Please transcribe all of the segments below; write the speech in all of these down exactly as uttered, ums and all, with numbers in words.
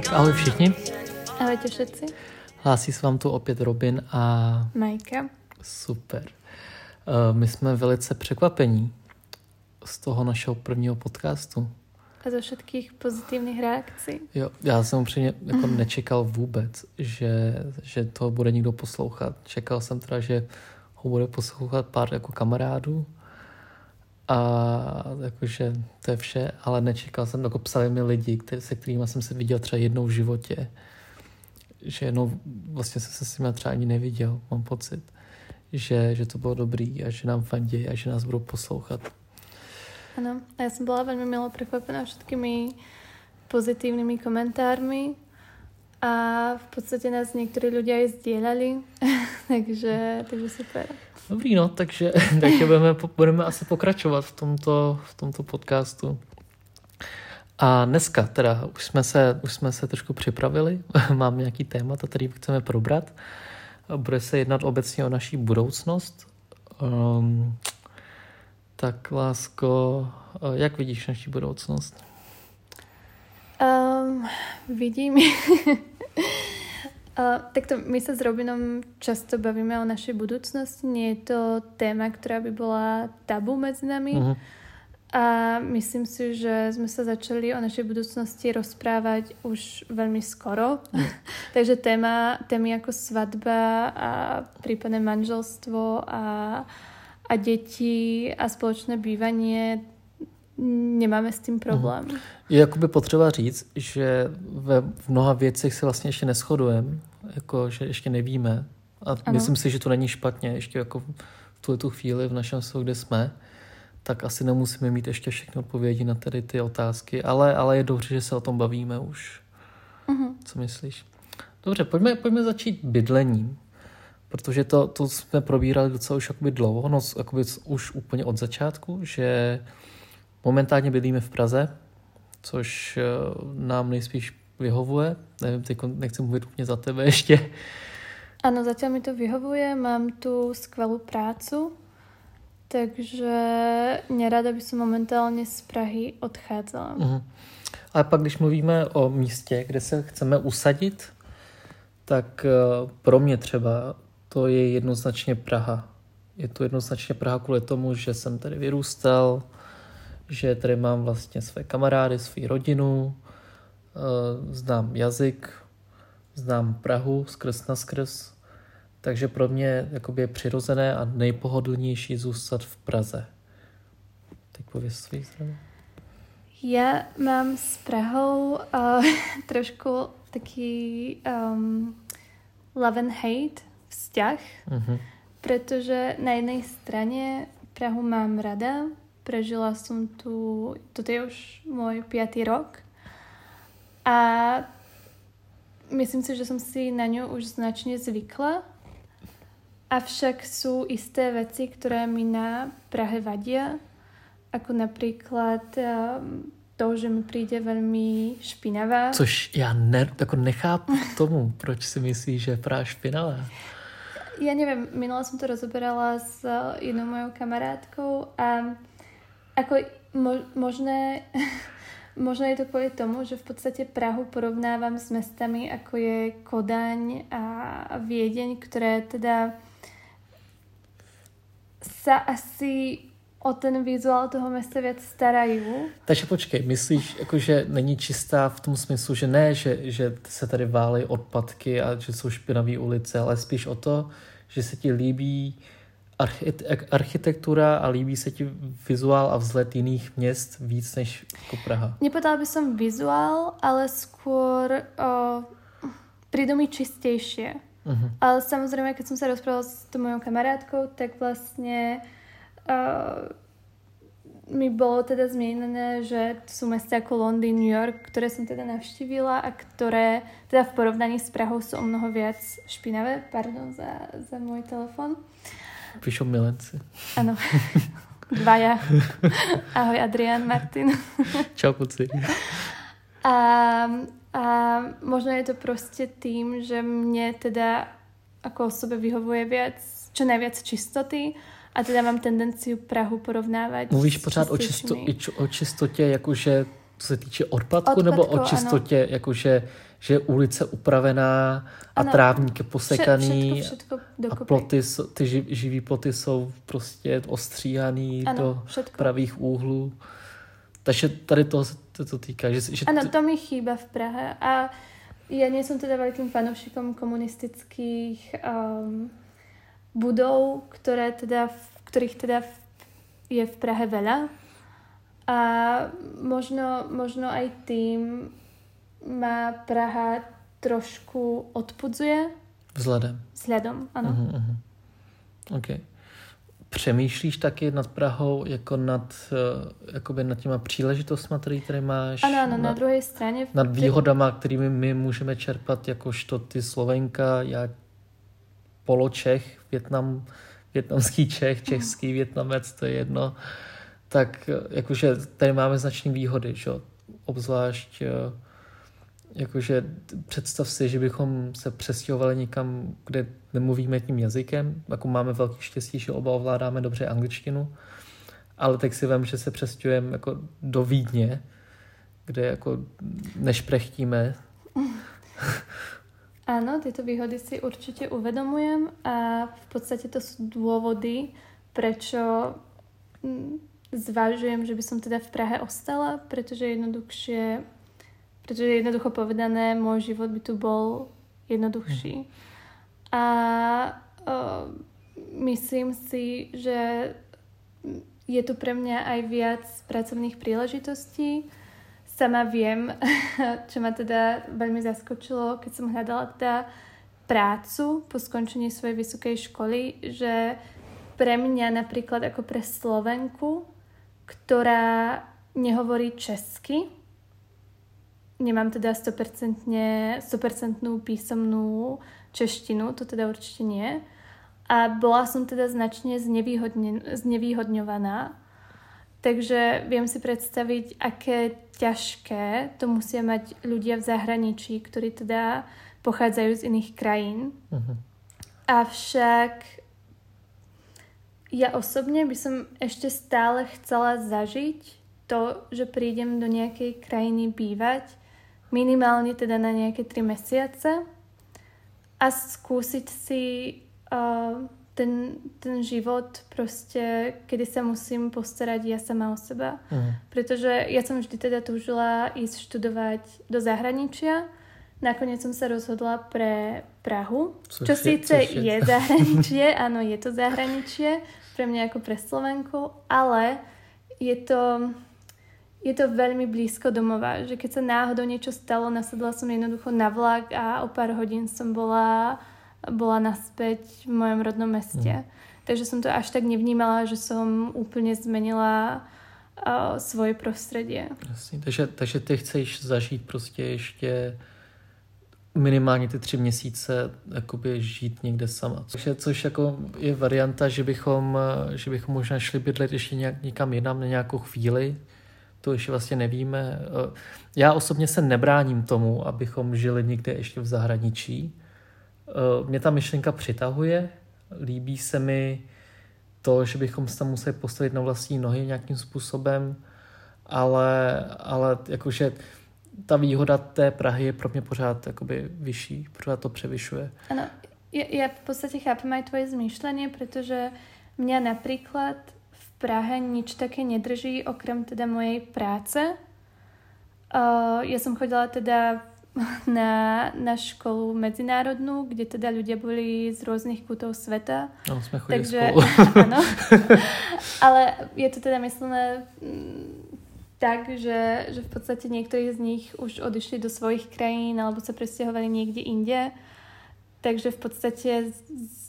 Tak ahoj všichni. Ahojte všetci. Hlásí se vám tu opět Robin a... Majka. Super. My jsme velice překvapení z toho našeho prvního podcastu. A zo všetkých pozitívnych reakcí. Jo, já jsem upřímně jako nečekal vůbec, že, že to bude někdo poslouchat. Čekal jsem teda, že ho bude poslouchat pár jako kamarádů a jakože to je vše, ale nečekal jsem, jako psali mi lidi, který, se kterými jsem se viděl třeba jednou v životě, že jednou vlastně jsem se s nimi třeba ani neviděl, mám pocit, že, že to bylo dobrý a že nám fandí a že nás budou poslouchat. Áno, a ja som bola veľmi milo prekvapená všetkými pozitívnymi komentármi a v podstate nás niektorí ľudia aj zdieľali, takže, takže super. Dobrý, no, takže, takže budeme, budeme asi pokračovat v tomto, v tomto podcastu. A dneska teda už jsme se, už jsme se trošku připravili, máme nějaký témata, který chceme probrat. Bude se jednat obecně o naší budoucnost. Um, tak, lásko, jak vidíš naši budoucnost? Um, vidím. uh, takto my sa s Robinom často bavíme o našej budúcnosti. Nie je to téma, ktorá by bola tabu medzi nami. Uh-huh. A myslím si, že sme sa začali o našej budúcnosti rozprávať už veľmi skoro. Uh-huh. Takže téma, témy ako svadba a prípadné manželstvo a, a deti a spoločné bývanie nemáme s tím problém. Mm. Je jakoby potřeba říct, že ve v mnoha věcech se vlastně ještě neshodujeme, jako že ještě nevíme. A ano. Myslím si, že to není špatně, ještě jako v tuhle tu chvíli v našem světě, kde jsme, tak asi nemusíme mít ještě všechny odpovědi na tady ty otázky, ale, ale je dobře, že se o tom bavíme už. Mm. Co myslíš? Dobře, pojďme, pojďme začít bydlením, protože to, to jsme probírali docela už jakoby dlouho, no jakoby už úplně od začátku, že momentálně bydlíme v Praze, což nám nejspíš vyhovuje. Nevím, teď nechci mluvit úplně za tebe ještě. Ano, zatím mi to vyhovuje, mám tu skvelú prácu, takže nerada by som momentálně z Prahy odchádzala. Uh-huh. Ale pak, když mluvíme o místě, kde se chceme usadit, tak pro mě třeba to je jednoznačně Praha. Je to jednoznačně Praha kvůli tomu, že jsem tady vyrůstal, že tady mám vlastně své kamarády, svou rodinu, znám jazyk, znám Prahu skrz na skrz, takže pro mě jakoby je přirozené a nejpohodlnější zůstat v Praze. Teď pověz svůj stranu. Já mám s Prahou uh, trošku taký um, love and hate vzťah, uh-huh. Protože na jednej strane Prahu mám rada, prežila som tu, toto je už môj piatý rok a myslím si, že som si na ňu už značne zvykla. Avšak sú isté veci, ktoré mi na Prahe vadia, ako napríklad to, že mi príde veľmi špinavá. Což já ne, jako nechápu tomu, proč si myslíš, že je Praha špinavá. Ja neviem, minula som to rozoberala s jednou mojou kamarátkou a ako mo- možné, možno je to kvôli tomu, že v podstate Prahu porovnávam s mestami, ako je Kodaň a Viedeň, ktoré teda sa asi o ten vizuál toho mesta viac starajú. Takže počkej, myslíš, jako, že není čistá v tom smyslu, že ne, že, že se tady válejí odpadky a že jsou špinavé ulice, ale spíš o to, že se ti líbí architektura a líbí se ti vizuál a vzhled jiných měst víc než jako Praha? Nepovedala by som vizuál, ale skôr o, prídu mi čistejšie. Uh-huh. Ale samozrejme, keď som sa rozprávala s tou mojou kamarátkou, tak vlastne uh, mi bolo teda zmienené, že sú mesta ako Londýn, New York, ktoré som teda navštívila a ktoré teda v porovnaní s Prahou sú o mnoho viac špinavé. Pardon za, za môj telefon. Píšou milenci. Áno. Dvaja. Ahoj, Adrián, Martin. Čau, kluci. A, a možno je to proste tým, že mne teda ako osobe vyhovuje viac, čo najviac čistoty a teda mám tendenciu Prahu porovnávať. Mluvíš pořád o, čisto, o čistotě, jakože co se týče odpadku, odpadku nebo o čistotě, jakože že je ulice upravená a ano, trávník je posekaný všetko, všetko a ploty, ty živý ploty jsou prostě ostříhaný ano, do všetko. Pravých úhlů. Takže tady to to, to týká. Že, že ano, to mi chýba v Prahe a ja nie som teda veľkým fanúšikom komunistických um, budov, ktoré teda, ktorých teda je v Prahe veľa. A možno, možno aj tým ma Praha trošku odpudzuje. Vzhledem. Vzhledem, ano. Uh-huh, uh-huh. OK. Přemýšlíš taky nad Prahou jako nad, jakoby nad těma příležitostmi, které tady máš? Ano, ano, na, na druhé straně. Nad výhodama, kterými my můžeme čerpat, jakožto ty Slovenka, já poločech, Větnam, větnamský Čech, český Větnamec, to je jedno. Tak jakože tady máme značné výhody, že? Obzvlášť jakože představ si, že bychom se přestěhovali někam, kde nemluvíme tím jazykem, jako máme velký štěstí, že oba ovládáme dobře angličtinu, ale tak si vem, že se přestěhujeme jako do Vídně, kde jako nešprechtíme. Áno, tieto výhody si určite uvedomujem a v podstate to sú dôvody, prečo zvažujem, že by som teda v Prahe ostala, pretože jednoduchšie, pretože jednoducho povedané, môj život by tu bol jednoduchší. A o, myslím si, že je tu pre mňa aj viac pracovných príležitostí. Sama viem, čo ma teda veľmi zaskočilo, keď som hľadala teda prácu po skončení svojej vysokej školy, že pre mňa napríklad ako pre Slovenku, ktorá nehovorí česky, nemám teda sto percent písomnú češtinu, to teda určite nie, a bola som teda značne znevýhodne, znevýhodňovaná. Takže viem si predstaviť, aké ťažké to musia mať ľudia v zahraničí, ktorí teda pochádzajú z iných krajín. Uh-huh. Avšak ja osobne by som ešte stále chcela zažiť to, že prídem do nejakej krajiny bývať, minimálne teda na nejaké tri mesiace a skúsiť si uh, Ten, ten život proste, kedy sa musím postarať ja sama o seba. Uh-huh. Pretože ja som vždy teda túžila ísť študovať do zahraničia. Nakoniec som sa rozhodla pre Prahu, což čo je, síce je, je zahraničie, áno, je to zahraničie, pre mňa ako pre Slovenku, ale je to, je to veľmi blízko domova, že keď sa náhodou niečo stalo, nasadla som jednoducho na vlak a o pár hodín som bola bola naspäť v mojom rodnom meste. Mm. Takže som to až tak nevnímala, že som úplne zmenila uh, svoje prostredie. Jasně, takže, takže ty chceš zažít prostě ještě minimálně ty tři měsíce jakoby žít někde sama. Takže, což jako je varianta, že bychom, že bychom možná šli bydlet ještě nějak, někam jinam na nějakou chvíli. To ještě vlastně nevíme. Já osobně se nebráním tomu, abychom žili někde ještě v zahraničí. Mě ta myšlenka přitahuje, líbí se mi to, že bychom se tam museli postavit na vlastní nohy nějakým způsobem, ale, ale jakože ta výhoda té Prahy je pro mě pořád jakoby vyšší, pořád to převyšuje. Ano, ja, ja v podstate chápem aj tvoje zmýšľanie, pretože mňa napríklad v Prahe nič také nedrží okrem teda mojej práce. Uh, ja som chodila teda na, na školu medzinárodnú, kde teda ľudia boli z rôznych kútov sveta. No, sme chodili Takže, spolu. Áno. Ale je to teda myslené tak, že, že v podstate niektorí z nich už odišli do svojich krajín alebo sa presťahovali niekde inde. Takže v podstate s,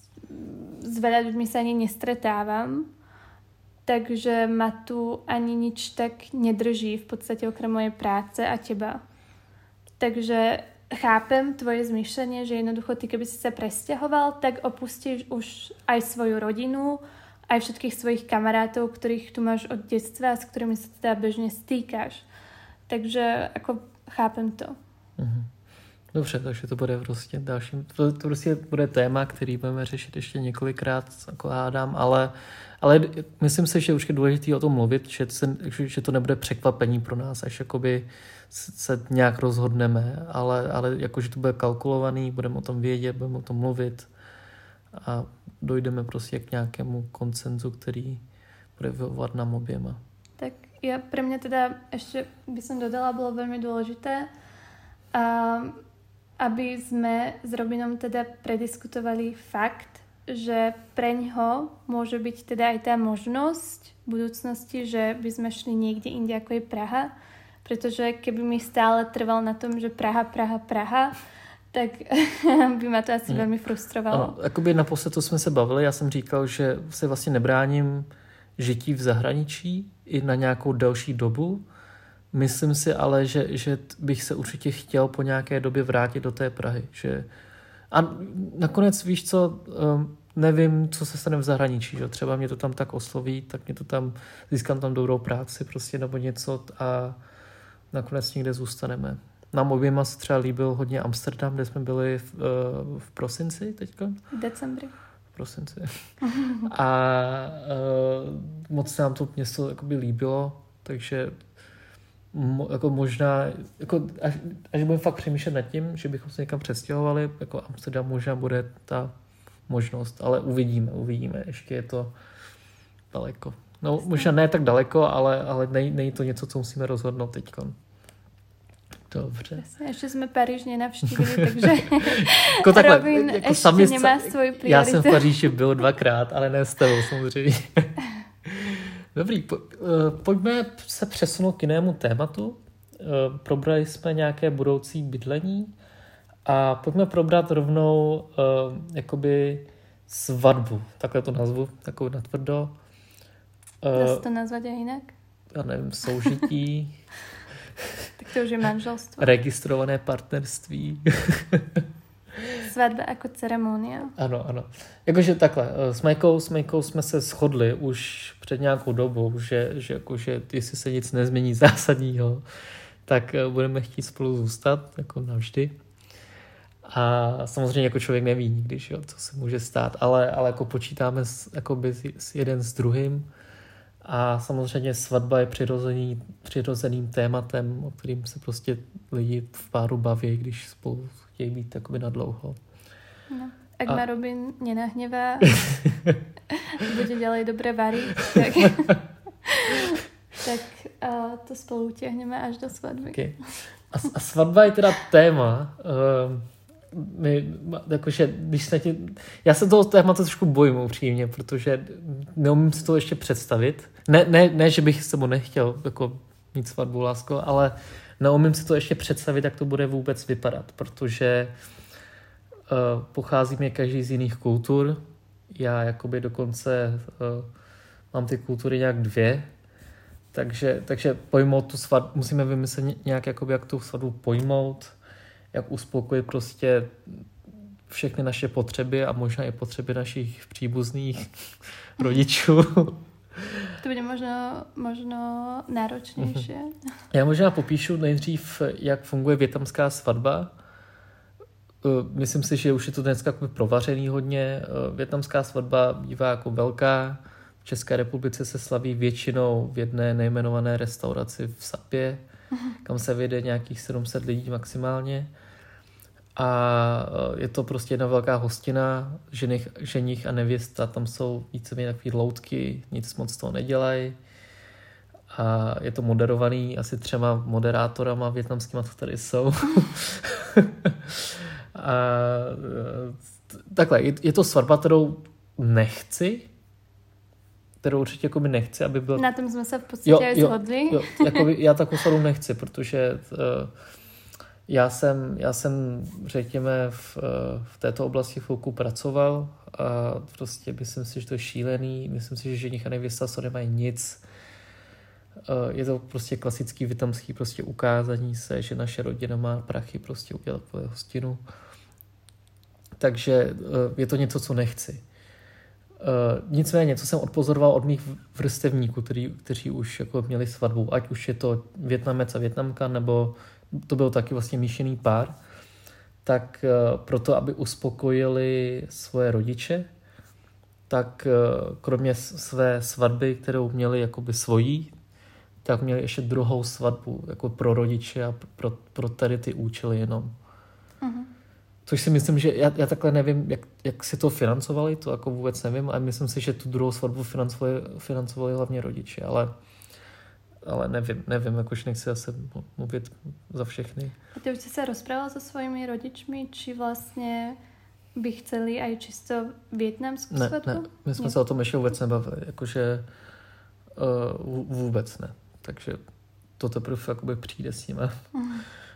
s veľa ľuďmi sa ani nestretávam. Takže ma tu ani nič tak nedrží v podstate okrem mojej práce a teba. Takže chápem tvoje zmýšľanie, že jednoducho ty, keby si sa presťahoval, tak opustíš už aj svoju rodinu, aj všetkých svojich kamarátov, ktorých tu máš od detstva a s ktorými sa teda bežne stýkáš. Takže ako chápem to. Uh-huh. Dobře, takže to bude prostě dalším, to, to prostě bude téma, který budeme řešit ještě několikrát, jako hádám, ale, ale myslím si, že už je důležité o tom mluvit, že, se, že to nebude překvapení pro nás, až jakoby se nějak rozhodneme, ale, ale jakože to bude kalkulovaný, budeme o tom vědět, budeme o tom mluvit a dojdeme prostě k nějakému konsenzu, který bude vyhovovat nám oběma. Tak ja pre mňa teda ešte by som dodala, bolo veľmi dôležité, a, aby sme s Robinom teda prediskutovali fakt, že preňho môže byť teda aj tá možnosť v budúcnosti, že by sme šli niekde inde ako je Praha, pretože keby mi stále trval na tom, že Praha, Praha, Praha, tak by ma to asi hmm. veľmi frustrovalo. Ano, jakoby naposled to jsme se bavili, já jsem říkal, že se vlastně nebráním žití v zahraničí i na nějakou delší dobu. Myslím si ale, že, že bych se určitě chtěl po nějaké době vrátit do té Prahy. Že... A nakonec víš co, nevím, co se stane v zahraničí. Že? Třeba mě to tam tak osloví, tak mě to tam, získám tam dobrou práci prostě nebo něco a nakonec někde zůstaneme. Nám oběma se třeba líbil hodně Amsterdam, kde jsme byli v, v prosinci teďka. V decembri. prosinci. A uh, moc se nám to město jakoby líbilo, takže mo, jako možná, jako až, až budeme fakt přemýšlet nad tím, že bychom se někam přestěhovali, jako Amsterdam možná bude ta možnost, ale uvidíme, uvidíme, ještě je to daleko. No možná ne tak daleko, ale, ale nej, není to něco, co musíme rozhodnout teďka. Dobře. Jasně, ještě jsme Paříž nenavštívili, takže jako takhle, Robin jako ještě sami nemá svoji prioritu. Já jsem v Paříži byl dvakrát, ale ne s tebou samozřejmě. Dobrý, po, uh, pojďme se přesunout k jinému tématu. Uh, probrali jsme nějaké budoucí bydlení a pojďme probrat rovnou uh, jakoby svatbu. Takhle to nazvu, takovou natvrdo. Uh, Dá se to nazvat jinak? Já nevím, soužití. Tak to už je manželstvo. Registrované partnerství. Svatba jako ceremonia. Ano, ano. Jakože takhle, s Majkou, s Majkou jsme se shodli už před nějakou dobou, že, že, jako, že jestli se nic nezmění zásadního, tak budeme chtít spolu zůstat, jako navždy. A samozřejmě jako člověk neví nikdy, že jo, co se může stát, ale, ale jako počítáme s, jakoby, s jeden s druhým. A samozřejmě svatba je přirozený, přirozeným tématem, o kterým se prostě lidi v páru baví, když spolu chtějí být takoby nadlouho. No, ak a... ma Robin nenahnevá, bude ďalej dobre variť, tak, tak uh, to spolu utiahneme až do svatby. Okay. A, a svatba je teda téma, uh, my, jakože, když se tě, já se toho tématu trošku bojím upřímně, protože neumím si to ještě představit. Ne, ne, ne že bych s tebou nechtěl jako mít svatbu, lásko, ale neumím si to ještě představit, jak to bude vůbec vypadat, protože uh, pocházíme každý z jiných kultur. Já jakoby dokonce uh, mám ty kultury nějak dvě, takže, takže pojmout tu svatbu, musíme vymyslet nějak, jakoby, jak tu svatbu pojmout, jak uspokojit prostě všechny naše potřeby a možná i potřeby našich příbuzných rodičů. To bude možno, možno náročnější. Já možná popíšu nejdřív, jak funguje vietnamská svatba. Myslím si, že už je to dneska provařený hodně. Vietnamská svatba bývá jako velká. V České republice se slaví většinou v jedné nejmenované restauraci v Sapě, kam se vyjde nějakých sedm set lidí maximálně. A je to prostě jedna velká hostina, ženich, ženich a nevěsta, tam jsou víceméně takový loutky, nic moc toho nedělají. A je to moderovaný asi třema moderátorama vietnamskýma, co tady jsou. A takhle, je, je to svatba, kterou nechci, kterou určitě jakoby nechci, aby byl... Na tom jsme se v podstatě jo, jo, shodli. Jo, jakoby já takovou svatbu nechci, protože uh, já jsem, já jsem, řekněme, v, v této oblasti chvilku pracoval a prostě myslím si, že to je šílený, myslím si, že ženich a nevěsta so nemají nic. Uh, je to prostě klasický vietnamský prostě ukázání se, že naše rodina má prachy prostě udělat takovou hostinu. Takže uh, je to něco, co nechci. Uh, nicméně, co jsem odpozoroval od mých vrstevníků, který, kteří už jako měli svatbu, ať už je to Vietnamec a Vietnamka, nebo to byl taky vlastně míšený pár, tak proto, aby uspokojili svoje rodiče, tak kromě své svatby, kterou měli jakoby svojí, tak měli ještě druhou svatbu jako pro rodiče a pro, pro tady ty účely jenom. Uh-huh. Což si myslím, že já, já takhle nevím, jak, jak si to financovali, to jako vůbec nevím, ale myslím si, že tu druhou svatbu financovali, financovali hlavně rodiče, ale, ale nevím, nevím, jakož nechci zase mluvit za všechny. A ty už si se rozprával so svojimi rodičmi, či vlastně by chceli aj čisto vietnamskou ne, svatbu? Ne, my jsme ne. se o tom ještě vůbec nebavili, jakože uh, vůbec ne. Takže to teprve jakoby přijde s nimi. Uh-huh.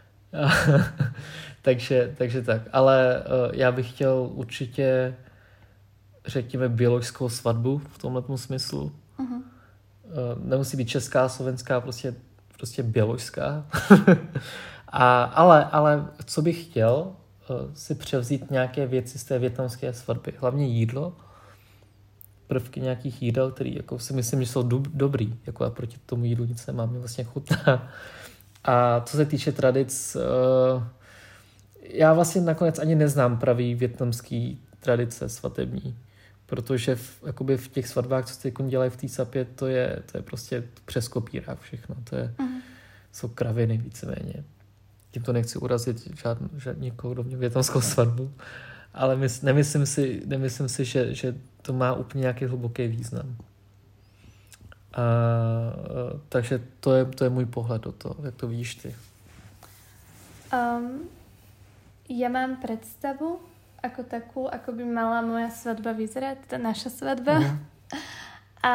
takže, takže tak. Ale uh, já bych chtěl určitě, řekněme, biologickou svatbu v tomhle smyslu. Uh-huh. Uh, nemusí být česká, slovenská, prostě, prostě biologická. A, ale, ale co bych chtěl, uh, si převzít nějaké věci z té vietnamské svatby. Hlavně jídlo. Prvky nějakých jídel, který jako si myslím, že jsou do, dobrý. Jako já proti tomu jídlu nic nemám, mě vlastně chutná. A co se týče tradic, uh, já vlastně nakonec ani neznám pravý vietnamský tradice svatební, protože v, jakoby v těch svatbách, co se dělají v té sapě, to je, to je prostě přes kopírák všechno. To je, uh-huh. jsou kraviny víceméně. Tím to nechci urazit žádný, žádný nikoho, kdo mě vietnamskou svatbu, ale mys, nemyslím si, nemyslím si že, že to má úplně nějaký hluboký význam. A, takže to je, to je můj pohled do toho, jak to vidíš ty. Um, ja mám predstavu ako takú, ako by mala moja svadba vyzerať, tá naša svadba. Uh-huh. A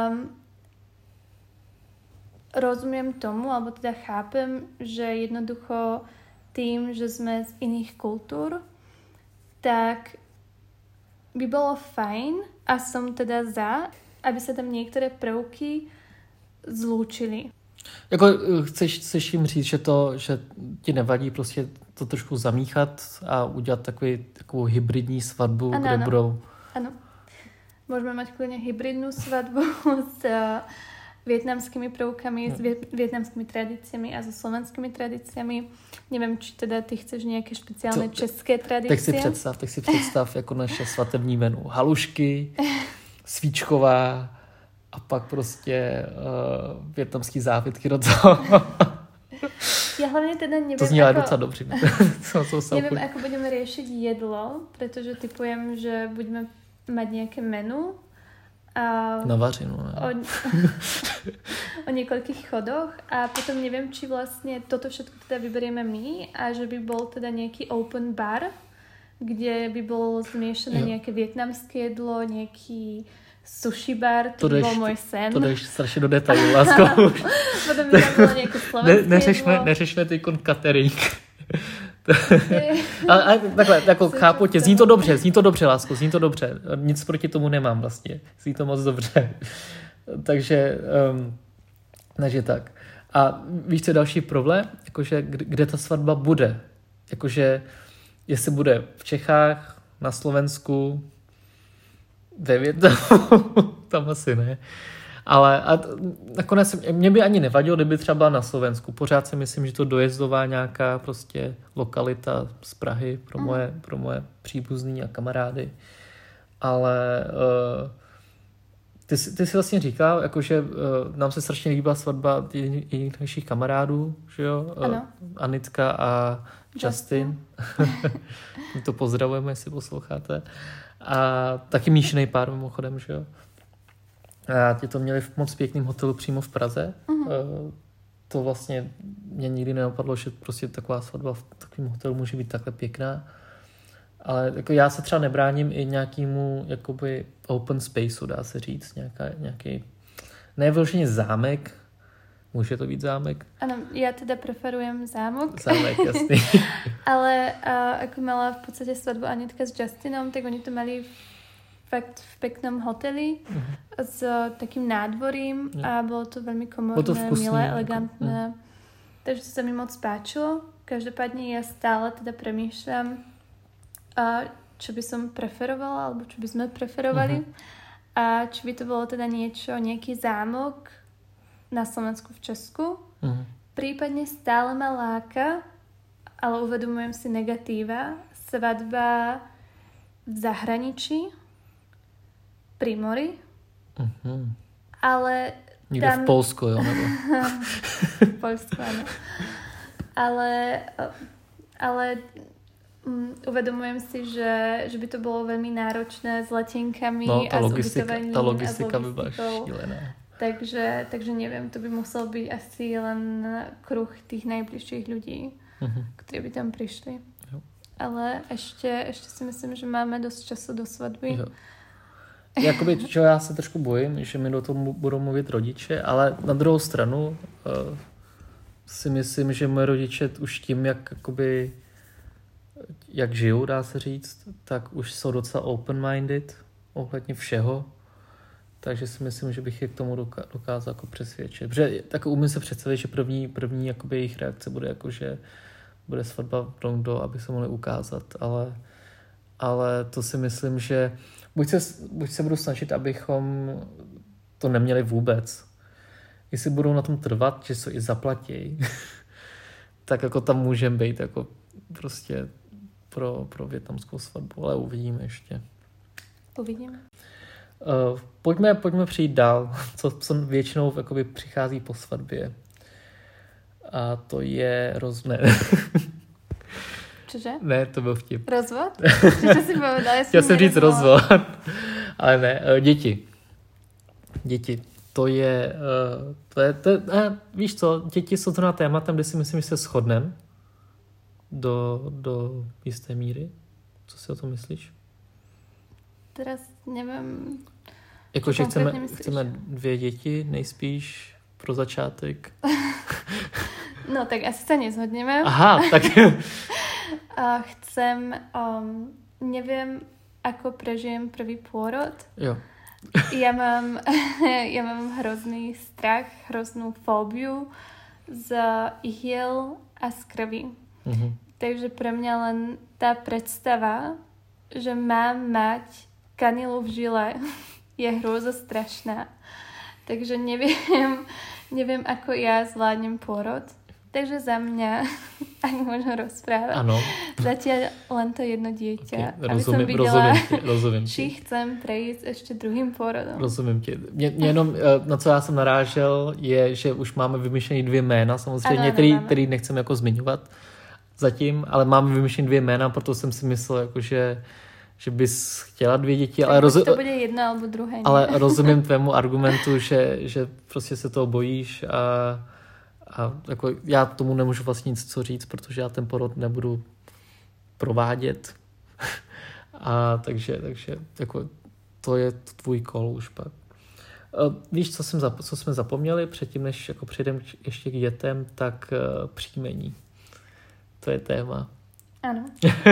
rozumiem tomu, alebo teda chápem, že jednoducho tým, že sme z iných kultúr, tak by bolo fajn a som teda za, aby sa tam niektoré prvky zlúčili. Jako chceš, chceš jim říct, že to, že ti nevadí prostě to trošku zamíchat a udělat takový, takovou hybridní svatbu, ano, kde ano. budou... Ano. Môžeme mať kľudne hybridnú svadbu s uh, vietnamskými prvkami, no. s viet, vietnamskými tradíciami a so slovenskými tradíciami. Neviem, či teda ty chceš nejaké špeciálne Co, české tradície. Tak si představ, tak si představ jako naše svatební menu. Halušky, svíčková a pak prostě uh, vietnamský zápitky do toho. Ja hlavne teda neviem, to zní ale docela dobře. Neviem, ako budeme riešiť jedlo, pretože typujem, že budeme mať nejaké menu a na vařinu, ne? O, o niekoľkých chodoch a potom neviem, či vlastne toto všetko teda vyberieme my a že by bol teda nejaký open bar, kde by bolo zmiešané nejaké vietnamské jedlo, nejaký sushi bar, to, to by bol môj sen. To jdeš strašně do detailu, lásko. Potom by tam bylo nějaké slovenské ne, neřešme, jedlo. Neřešme teď catering. ale, ale takhle, jako chápu tě, zní to dobře, zní to dobře, lásko, zní to dobře. Nic proti tomu nemám vlastně. Zní to moc dobře. takže, um, takže tak. A víš, co je další problém? Jakože, kde ta svatba bude? Jakože, jestli bude v Čechách, na Slovensku, ve Vietnamu, tam asi ne. Ale a t- nakonec mě by ani nevadilo, kdyby třeba byla na Slovensku. Pořád si myslím, že to dojezdová nějaká prostě lokalita z Prahy pro moje, pro moje příbuzný a kamarády. Ale uh, ty, ty jsi vlastně říkal, jakože uh, nám se strašně líbila svatba jiných našich kamarádů, že jo? Uh, Anitka a Justin. My to pozdravujeme, jestli posloucháte. A taky míšený pár mimochodem, že jo. A tě to měli v moc pěkném hotelu přímo v Praze. Uh-huh. To vlastně mě nikdy nenapadlo, že prostě taková svatba v takovém hotelu může být takhle pěkná. Ale jako já se třeba nebráním i nějakému jakoby open spaceu, dá se říct. Nějaká, nějaký, ne vyloženě zámek, může to být zámek? Ano, já teda preferujem zámok. Zámek, jasný. Ale a, ako mala v podstate svadbu Anitka s Justinom, tak oni to mali fakt v peknom hoteli uh-huh. s takým nádvorím uh-huh. a bolo to veľmi komorné, milé, elegantné. Uh-huh. Takže to sa mi moc páčilo. Každopádne ja stále teda premýšľam, a čo by som preferovala, alebo čo by sme preferovali. Uh-huh. A či by to bolo teda niečo, nejaký zámok na Slovensku, v Česku. Uh-huh. Prípadne stále ma láka ale uvedomujem si negatíva. Svadba v zahraničí, pri mori, uh-huh. ale někde tam... v Polsku, jo? Nebo... v Polsku, áno. Ale, ale um, uvedomujem si, že, že by to bolo veľmi náročné s letenkami no, a s ubytovaním tá logistika a s by bola šílená. Takže, takže neviem, to by musel byť asi len kruh tých najbližších ľudí, uh-huh. ktorí by tam prišli. Jo. Ale ešte, ešte si myslím, že máme dosť času do svatby. Jo. Jakoby, čo já se trošku bojím, že mi do toho budou mluvit rodiče, ale na druhou stranu uh, si myslím, že moje rodiče už tím, jak, jakoby, jak žijou, dá se říct, tak už jsou docela open-minded ohledně všeho. Takže si myslím, že bych je k tomu dokázal jako přesvědčit. Protože tak umím se představit, že první, první jakoby jejich reakce bude jako, že bude svatba v Dongdo, aby se mohli ukázat, ale, ale to si myslím, že buď se, buď se budu snažit, abychom to neměli vůbec. Jestli budou na tom trvat, že se i zaplatí, tak jako tam můžeme být jako prostě pro, pro vietnamskou svatbu, ale uvidíme ještě. Uvidíme. Uh, pojďme, pojďme přijít dál, co, co většinou jakoby přichází po svatbě. A to je rozvod. Cože? Ne, to byl vtip. Rozvod? Cože si povedal? Chtěl jsem říct rozvod, ale ne, uh, děti. Děti. To je, uh, to je, to je uh, víš co, děti jsou to na tématem, kde si myslím, že se shodneme do, do jisté míry. Co si o tom myslíš? Teraz nevím. Jakože chceme, chceme dvě děti, nejspíš pro začátek. No tak asi se nezhodneme. Aha, tak... A chcem, um, nevím, ako prežijem prvý pôrod. Jo. Ja mám, ja mám hrozný strach, hroznú fóbiu z ihiel a z krvi. Mm-hmm. Takže pre mňa len tá predstava, že mám mať kanilu v žile, je hrôza strašná. Takže neviem, neviem, ako ja zvládnem pôrod. Takže za mňa, ak môžem rozprávať, ano. Zatiaľ len to jedno dieťa. Okay. Aby rozumím, som videla, rozumím tě, rozumím či chcem prejsť ešte druhým pôrodom. Rozumím tě. Mě, mě jenom, na co já jsem narážel, je, že už máme vymyšlené dvě jména, samozřejmě, ano, který, který nechcem jako zmiňovat zatím, ale máme vymyšlené dvě jména, proto jsem si myslel, jako, že, že bys chtěla dvě děti. Tak ale roz... to bude jedna alebo druhé. Ale rozumím tvému argumentu, že, že prostě se toho bojíš a A jako já tomu nemůžu vlastně nic co říct, protože já ten porod nebudu provádět. A takže, takže jako to je tvůj kol už pak. Víš, co, jsem, co jsme zapomněli předtím, než jako přejdeme ještě k dětem, tak uh, příjmení. To je téma. Ano.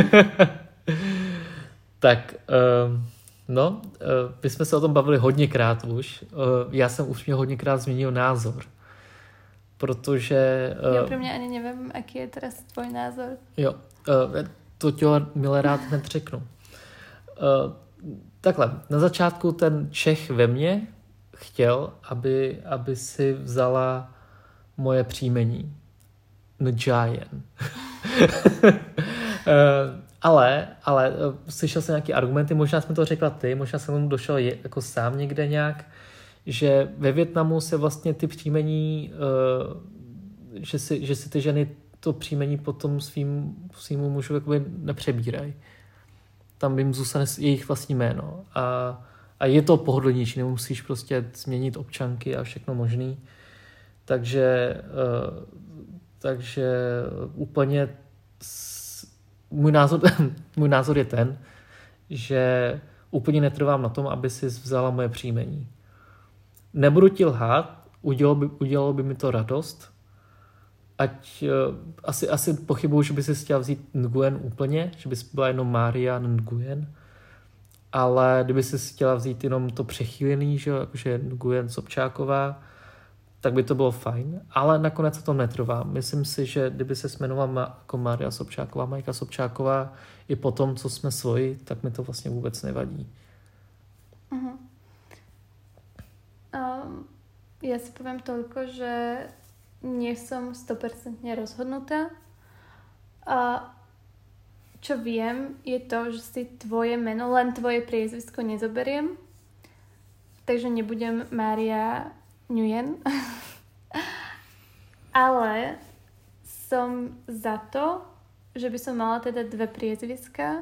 Tak, uh, no, uh, my jsme se o tom bavili hodněkrát už. Uh, já jsem už měl hodněkrát změnil názor. Protože... Uh, jo, pro mě ani nevím, jaký je teraz tvoj názor. Jo, uh, to tě milé rád hned řeknu. Uh, takhle, na začátku ten Čech ve mně chtěl, aby, aby si vzala moje příjmení. Njayan. uh, ale, ale uh, slyšel jsem nějaké argumenty, možná jsme to řekla ty, možná jsem tomu došel je, jako sám někde nějak, že ve Vietnamu se vlastně ty příjmení, uh, že, si, že si ty ženy to příjmení potom svým, svýmu mužu jakoby nepřebírají. Tam jim zůstane jejich vlastní jméno. A, a je to pohodlnější, nemusíš prostě změnit občanky a všechno možný. Takže, uh, takže úplně s, můj, názor, můj názor je ten, že úplně netrvám na tom, aby si vzala moje příjmení. Nebudu ti lhát, udělalo by, udělalo by mi to radost, ať uh, asi, asi pochybuju, že by si chtěla vzít Nguyen úplně, že bys byla jenom Mária Nguyen, ale kdyby si chtěla vzít jenom to přechýlený, že jakože Nguyen Sobčáková, tak by to bylo fajn, ale nakonec to netrvá. Myslím si, že kdyby se jmenovala jako Mária Sobčáková, Majka Sobčáková, i po tom, co jsme svoji, tak mi to vlastně vůbec nevadí. Uh-huh. Um, ja si poviem toľko, že nie som sto percent rozhodnutá. Uh, čo viem, je to, že si tvoje meno, len tvoje priezvisko nezoberiem. Takže nebudem Mária Nguyen. Ale som za to, že by som mala teda dve priezviska.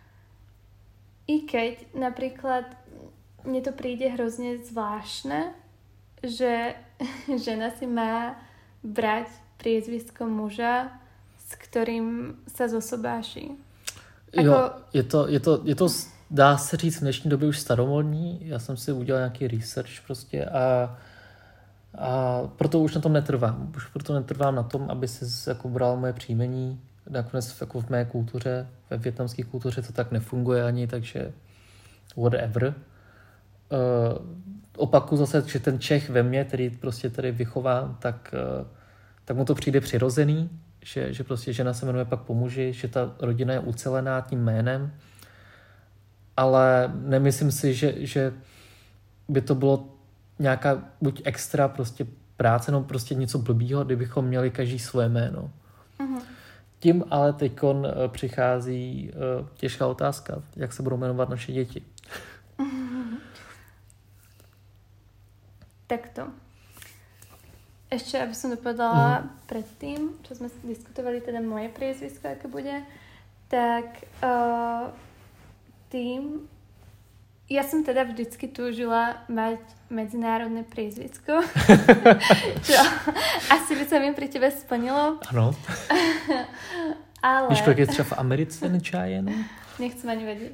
I keď napríklad mne to príde hrozne zvláštne, že žena si má brať priezvisko muža, s kterým se zosobáší. Jako... Jo, je to, je to, je to, dá se říct v dnešní době už staromodní. Já jsem si udělal nějaký research prostě a, a proto už na tom netrvám. Už proto netrvám na tom, aby si jako bral moje příjmení. Nakonec jako v mé kultuře, ve vietnamské kultuře to tak nefunguje ani, takže whatever. Uh, opaku zase, že ten Čech ve mně, který prostě tady vychová, tak, uh, tak mu to přijde přirozený, že, že prostě žena se jmenuje pak po muži, že ta rodina je ucelená tím jménem, ale nemyslím si, že, že by to bylo nějaká buď extra prostě práce, no prostě něco blbýho, kdybychom měli každý svoje jméno. Uh-huh. Tím ale teďkon uh, přichází uh, těžká otázka, jak se budou jmenovat naše děti. Takto. Ešte, aby som dopovedala mm. predtým, čo sme diskutovali, teda moje priezvisko, aké bude, tak uh, tým, ja som teda vždycky túžila mať medzinárodné priezvisko, čo asi by sa mi pri tebe splnilo. Ano. Ale... Víš, kolik je třeba v Americe nečájeno? Nechcem ani vedieť.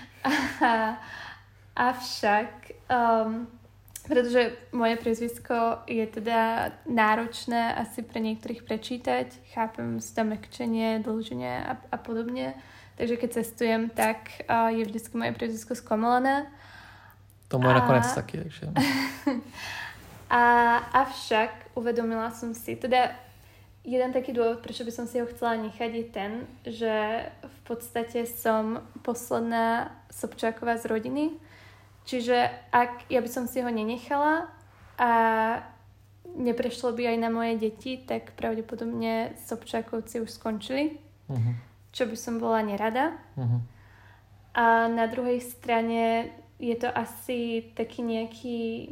Avšak... Um, Pretože moje priezvisko je teda náročné asi pre niektorých prečítať. Chápem si tam mekčenie, dlženie a, a podobne. Takže keď cestujem, tak uh, je vždycky moje priezvisko skomalené. To moje a... nakonec taky, takže... a, avšak uvedomila som si, teda jeden taký dôvod, prečo by som si ho chcela nechať, je ten, že v podstate som posledná Sobčáková z rodiny. Čiže ak ja by som si ho nenechala a neprešlo by aj na moje deti, tak pravdepodobne Sobčákovci už skončili, uh-huh. čo by som bola nerada. Uh-huh. A na druhej strane je to asi taký nejaký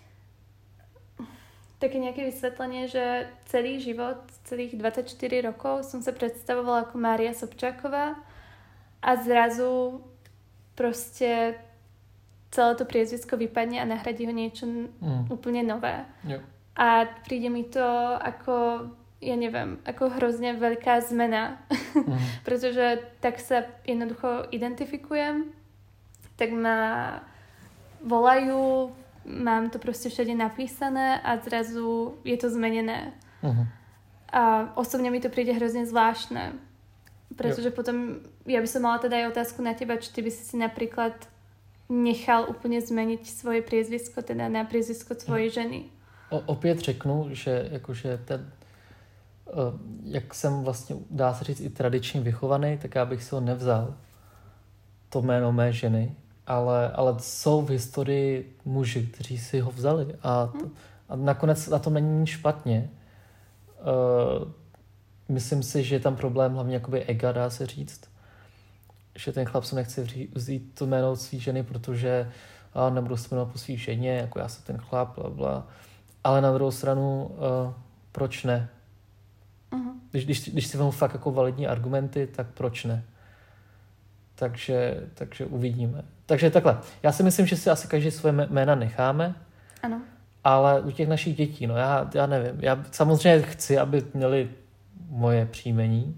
také nejaké vysvetlenie, že celý život, celých dvadsaťštyri rokov som sa predstavovala ako Mária Sobčáková a zrazu proste celé to priezvisko vypadne a nahradí ho niečo mm. úplne nové. Jo. A príde mi to ako, ja neviem, ako hrozne veľká zmena. Mm. Pretože tak sa jednoducho identifikujem, tak ma volajú, mám to proste všade napísané a zrazu je to zmenené. Mm. A osobne mi to príde hrozne zvláštne. Pretože jo. Potom, ja by som mala teda aj otázku na teba, či ty by si si napríklad nechal úplně změnit svoje priezvisko, teda na priezvisko svojej ženy. O, opět řeknu, že jakože ten, uh, jak jsem vlastně, dá se říct, i tradičně vychovaný, tak já bych si ho nevzal, to jméno mé ženy, ale, ale jsou v historii muži, kteří si ho vzali a, hmm. a nakonec na tom není nic špatně. Uh, myslím si, že je tam problém hlavně jakoby ega, dá se říct, že ten chlap se nechce vzít to jméno svý ženy, protože a, nebudu se jmenovat po svý ženě, jako já jsem ten chlap, bla, bla. Ale na druhou stranu, uh, proč ne? Uh-huh. Když, když, když si vezmu fakt jako validní argumenty, tak proč ne? Takže, takže uvidíme. Takže takhle, já si myslím, že si asi každý svoje jména necháme. Ano. Ale u těch našich dětí, no já, já nevím. Já samozřejmě chci, aby měli moje příjmení.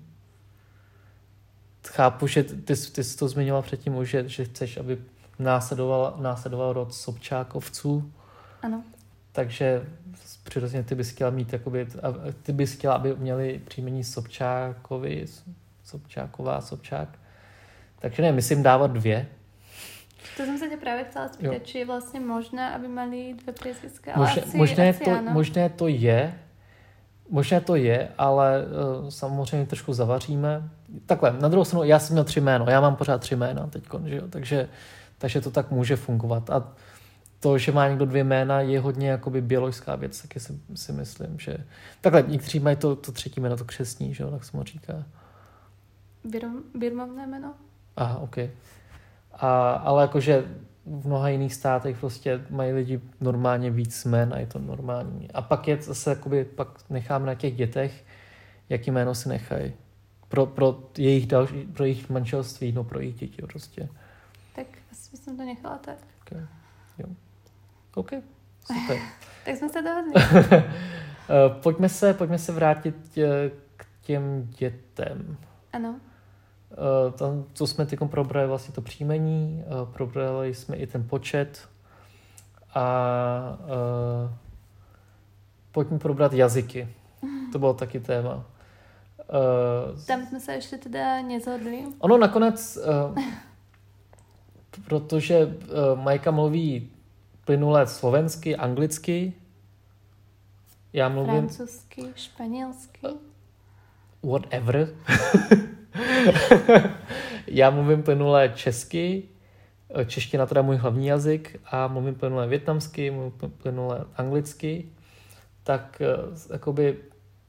Chápu, že ty, ty jsi to zmiňoval předtím už, že, že chceš, aby následoval, následoval rod Sobčákovců. Ano. Takže přirozeně ty bys chtěla mít, jakoby, ty bys chtěla, aby měli příjmení Sobčákovi, Sobčáková, Sobčák. Takže ne, myslím dávat dvě. To jsem se tě právě chtěla zpýtat, či je vlastně možné, aby mali dvě priezviska. Možné, asi, možné, asi to, ano. možné to je, možné to je, ale uh, samozřejmě trošku zavaříme. Takhle, na druhou stranu, já jsem měl tři jméno, já mám pořád tři jména teďkon, že jo? Takže, takže to tak může fungovat. A to, že má někdo dvě jména, je hodně jakoby biologická věc, taky si, si myslím, že... Takhle, někteří mají to, to třetí jméno, to křestní, že jo, tak se mu říká. birm, birmovné jméno. Aha, ok. A, ale jakože v mnoha jiných státech prostě mají lidi normálně víc jmen a je to normální. A pak je zase, jakoby, pak nechám na těch dětech, jaký jméno si nechají. Pro, pro, jejich další, pro jejich manželství, no pro jejich děti prostě. Tak asi bych to nechala tak. Ok, jo. Ok, super. Tak jsme se dohodli. pojďme, se, pojďme se vrátit k těm dětem. Ano. Uh, tam, co jsme teď probrali, vlastně to příjmení, uh, probrali jsme i ten počet a uh, pojďme probrat jazyky. To bylo taky téma. Uh, tam jsme se ještě teda nezhodli. Ono nakonec, uh, protože uh, Majka mluví plynule slovensky, anglicky, já mluvím... Francouzsky, španělsky. Uh, whatever. Já mluvím plynule česky, čeština teda můj hlavní jazyk a mluvím plynule vietnamsky, mluvím plynule anglicky, tak jakoby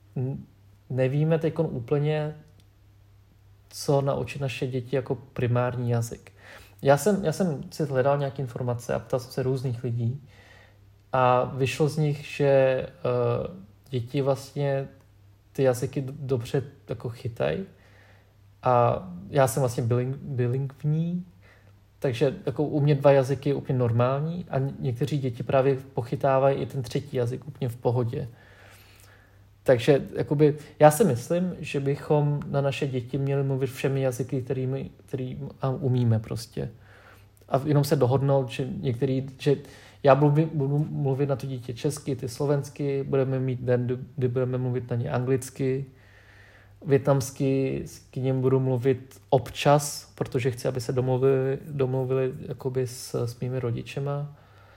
nevíme teď úplně, co naučit naše děti jako primární jazyk. Já jsem, já jsem si hledal nějaké informace a ptal jsem se různých lidí a vyšlo z nich, že uh, děti vlastně ty jazyky dobře jako chytají. A já jsem vlastně biling, bilingvní, takže jako u mě dva jazyky je úplně normální a někteří děti právě pochytávají i ten třetí jazyk úplně v pohodě. Takže jakoby, já si myslím, že bychom na naše děti měli mluvit všemi jazyky, kterými, který umíme prostě. A jenom se dohodnout, že některý, že já budu, budu mluvit na to dítě česky, ty slovensky, budeme mít den, kdy budeme mluvit na ně anglicky, vietnamsky k ním budu mluvit občas, protože chci, aby se domluvili, domluvili jakoby s, s mými rodičema.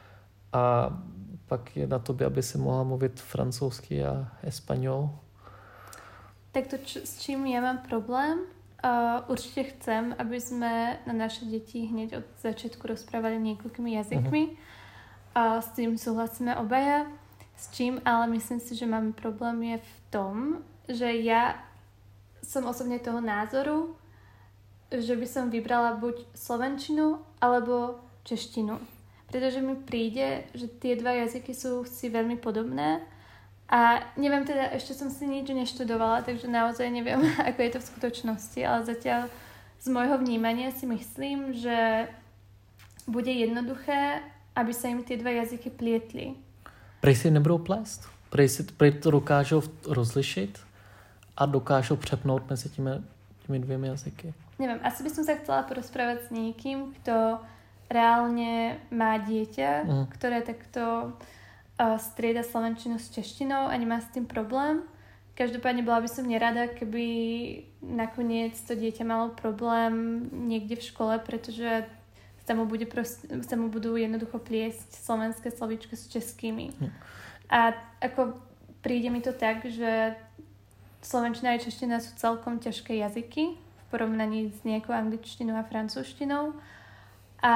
A pak je na tobě, aby si mohla mluvit francouzsky a espanol. Tak to, č- s čím já mám problém, uh, určitě chcem, aby jsme na naše děti hned od začátku rozprávali niekoľkými jazykmi. Uh-huh. A s tím souhlasíme obaja. S čím ale myslím si, že máme problém je v tom, že já som osobne toho názoru, že by som vybrala buď slovenčinu alebo češtinu. Pretože mi príde, že tie dva jazyky sú si veľmi podobné a neviem teda, ešte som si nič neštudovala, takže naozaj neviem, ako je to v skutočnosti, ale zatiaľ z môjho vnímania si myslím, že bude jednoduché, aby sa im tie dva jazyky plietli. Prej si nebudou plést? Prej, si, prej to dokážou rozlišit? A dokážou přepnout mezi těmi, těmi dvěmi jazyky. Nevím, asi bych se chcela porozprávat s někým, kdo reálně má dítě, mm. které takto uh, strieda slovenčinu s češtinou a nemá s tím problém. Každopádně byla by som nerada, keby nakonec to dieťa malo problém někde v škole, protože sa mu, bude prost, sa mu budú jednoducho pliesť slovenské slovíčka s českými. Mm. A ako príde mi to tak, že slovenčina a čeština sú celkom ťažké jazyky v porovnaní s nejakou angličtinou a francúzštinou. A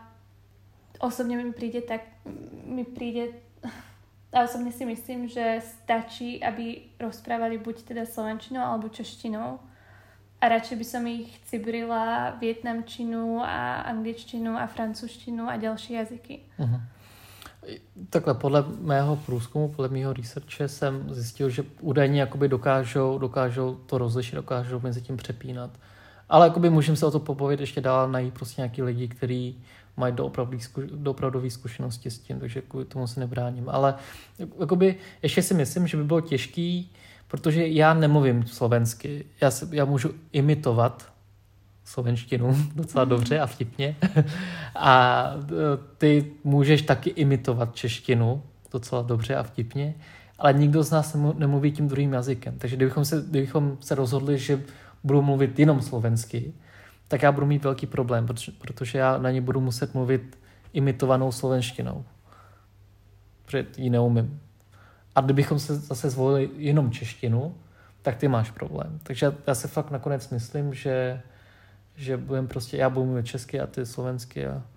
osobne mi príde tak, mi príde, a osobne si myslím, že stačí, aby rozprávali buď teda slovenčinou alebo češtinou. A radšej by som ich cibrila vietnamčinu a angličtinu a francúzštinu a ďalšie jazyky. Uh-huh. Takhle, podle mého průzkumu, podle mého researche jsem zjistil, že údajně jakoby dokážou, dokážou to rozlišit, dokážou mezi tím přepínat. Ale jakoby můžeme se o to popovědět ještě dál, najít prostě nějaký lidi, kteří mají doopravdové zkušenosti s tím, takže kvůli tomu se nebráním. Ale jakoby ještě si myslím, že by bylo těžký, protože já nemluvím slovensky. Já, se, já můžu imitovat slovenštinu docela dobře a vtipně. A ty můžeš taky imitovat češtinu docela dobře a vtipně, ale nikdo z nás nemluví tím druhým jazykem. Takže kdybychom se, kdybychom se rozhodli, že budu mluvit jenom slovensky, tak já budu mít velký problém, protože, protože já na ně budu muset mluvit imitovanou slovenštinou. Protože ji neumím. A kdybychom se zase zvolili jenom češtinu, tak ty máš problém. Takže já se fakt nakonec myslím, že že budem prostě, já budu mluvit česky a ty slovensky a...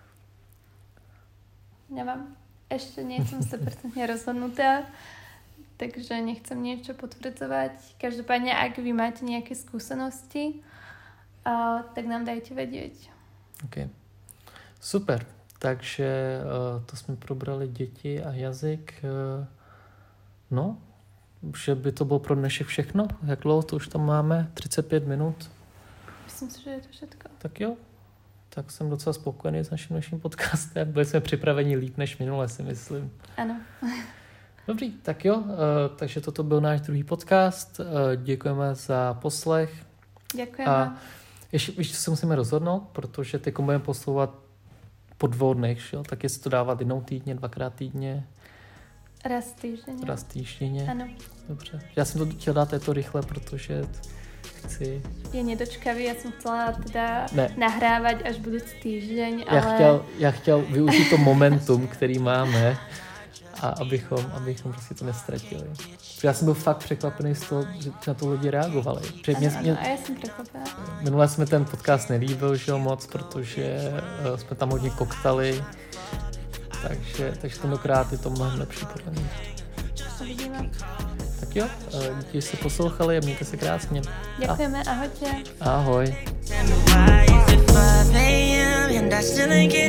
Nevím, ještě nejsem sto procent rozhodnutá, takže nechcem niečo potvrdzovať. Každopádne, ak vy máte nejaké skúsenosti, uh, tak nám dajte vedieť. OK. Super. Takže uh, to jsme probrali děti a jazyk. Uh, no, že by to bylo pro dnešek všechno. Jak dlouho to už tam máme? třicet pět minut. Myslím si, že je to všetko. Tak jo. Tak jsem docela spokojený s naším dnešním podcastem. Byli jsme připraveni líp než minule, si myslím. Ano. Dobrý, tak jo. Uh, takže toto byl náš druhý podcast. Uh, děkujeme za poslech. Děkujeme. A ještě, ještě se musíme rozhodnout, protože teď budeme poslouvat po dvou dnech, jo? Tak jestli to dávat jednou týdně, dvakrát týdně. Raz týždenně. Raz týždenně. Ano. Dobře. Já jsem to chtěl dát to rychle, protože chci... Je nedočkavý, já jsem chtěla teda ne. nahrávat až budoucí týždeň, ale... Já chtěl, já chtěl využít to momentum, který máme, a abychom, abychom prostě to nestratili. Já jsem byl fakt překvapený z toho, že na to lidi reagovali. Ano, mě, ano, mě, a já jsem překvapená. Minule jsme ten podcast nelíbil, že jo, moc, protože uh, jsme tam hodně koktali, takže, takže tentokrát je to mnohem lepší podle mě. Uvidíme. Tak jo, uh, díky, že jste poslouchali a mějte se krásně. Děkujeme, ahojte. Ahoj.